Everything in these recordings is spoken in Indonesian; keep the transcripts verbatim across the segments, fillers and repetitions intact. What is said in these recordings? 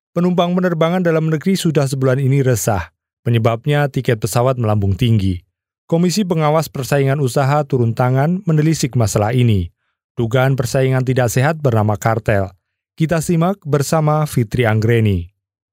Penumpang penerbangan dalam negeri sudah sebulan ini resah. Penyebabnya tiket pesawat melambung tinggi. Komisi Pengawas Persaingan Usaha turun tangan menelisik masalah ini. Dugaan persaingan tidak sehat bernama kartel. Kita simak bersama Fitri Anggreni.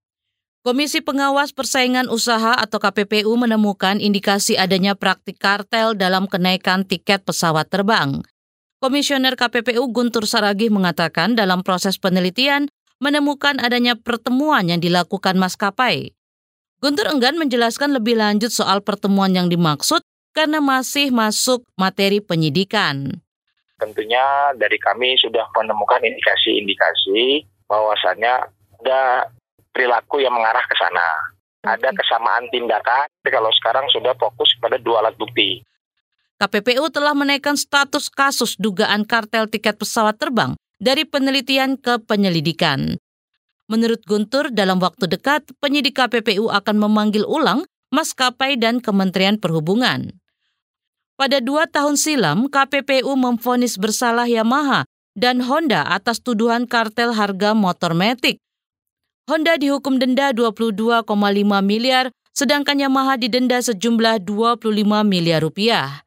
Komisi Pengawas Persaingan Usaha atau K P P U menemukan indikasi adanya praktik kartel dalam kenaikan tiket pesawat terbang. Komisioner K P P U Guntur Saragih mengatakan dalam proses penelitian menemukan adanya pertemuan yang dilakukan maskapai. Guntur enggan menjelaskan lebih lanjut soal pertemuan yang dimaksud karena masih masuk materi penyidikan. Tentunya dari kami sudah menemukan indikasi-indikasi bahwasannya ada perilaku yang mengarah ke sana. Ada kesamaan tindakan, tapi kalau sekarang sudah fokus pada dua alat bukti. K P P U telah menaikkan status kasus dugaan kartel tiket pesawat terbang dari penelitian ke penyelidikan. Menurut Guntur, dalam waktu dekat, penyidik K P P U akan memanggil ulang maskapai dan Kementerian Perhubungan. Pada dua tahun silam, K P P U memvonis bersalah Yamaha dan Honda atas tuduhan kartel harga motor metik. Honda dihukum denda dua puluh dua koma lima miliar, sedangkan Yamaha didenda sejumlah dua puluh lima miliar rupiah.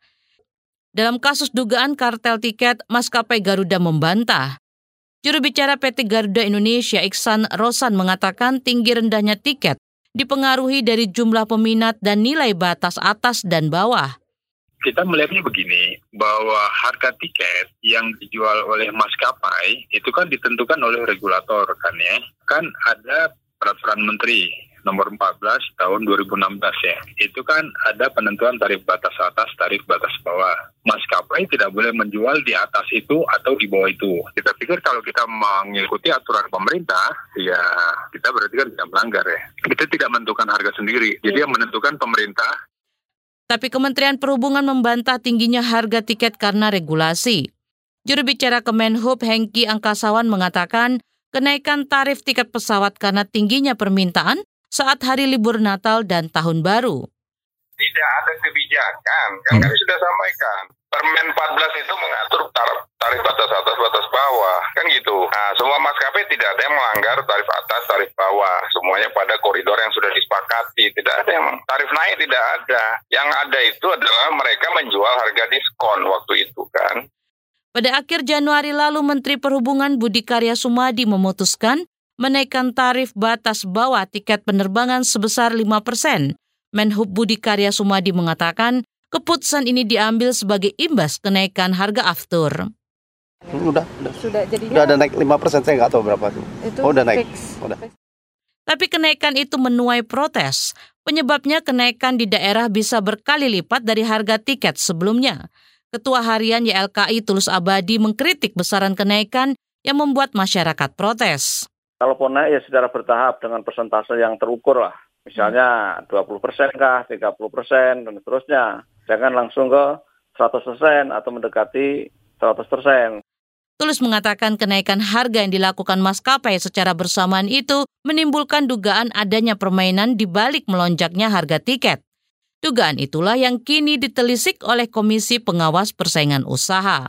Dalam kasus dugaan kartel tiket, maskapai Garuda membantah. Juru bicara P T Garuda Indonesia, Iksan Rosan, mengatakan tinggi rendahnya tiket dipengaruhi dari jumlah peminat dan nilai batas atas dan bawah. Kita melihatnya begini, bahwa harga tiket yang dijual oleh maskapai itu kan ditentukan oleh regulator kan ya. Kan ada peraturan menteri nomor empat belas tahun dua ribu enam belas ya. Itu kan ada penentuan tarif batas atas, tarif batas bawah. Maskapai tidak boleh menjual di atas itu atau di bawah itu. Kita pikir kalau kita mengikuti aturan pemerintah, ya kita berarti kan tidak melanggar ya. Kita tidak menentukan harga sendiri. Jadi yang menentukan pemerintah. Tapi Kementerian Perhubungan membantah tingginya harga tiket karena regulasi. Juru bicara Kemenhub Hengki Angkasawan mengatakan kenaikan tarif tiket pesawat karena tingginya permintaan saat hari libur Natal dan Tahun Baru. Tidak ada kebijakan, kan kami sudah sampaikan. Permen empat belas itu mengatur tarif, tarif batas atas, batas bawah, kan gitu. Nah, semua maskapai tidak ada yang melanggar tarif atas, tarif bawah. Semuanya pada koridor yang sudah disepakati. Tidak ada yang tarif naik, tidak ada. Yang ada itu adalah mereka menjual harga diskon waktu itu kan. Pada akhir Januari lalu, Menteri Perhubungan Budi Karya Sumadi memutuskan menaikkan tarif batas bawah tiket penerbangan sebesar lima persen. Menhub Budi Karya Sumadi mengatakan keputusan ini diambil sebagai imbas kenaikan harga aftur. Udah, udah. Sudah jadinya udah ada naik lima persen, saya nggak tahu berapa tuh. Itu oh, udah naik. Fix. Udah. Tapi kenaikan itu menuai protes. Penyebabnya kenaikan di daerah bisa berkali lipat dari harga tiket sebelumnya. Ketua Harian Y L K I Tulus Abadi mengkritik besaran kenaikan yang membuat masyarakat protes. Kalaupun naik ya secara bertahap dengan persentase yang terukur lah. Misalnya dua puluh persen kah, tiga puluh persen, dan seterusnya. Jangan langsung ke seratus persen atau mendekati seratus persen. Tulus mengatakan kenaikan harga yang dilakukan maskapai secara bersamaan itu menimbulkan dugaan adanya permainan di balik melonjaknya harga tiket. Dugaan itulah yang kini ditelisik oleh Komisi Pengawas Persaingan Usaha.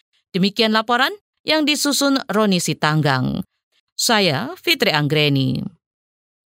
Demikian laporan yang disusun Roni Sitanggang. Saya Fitri Anggreni.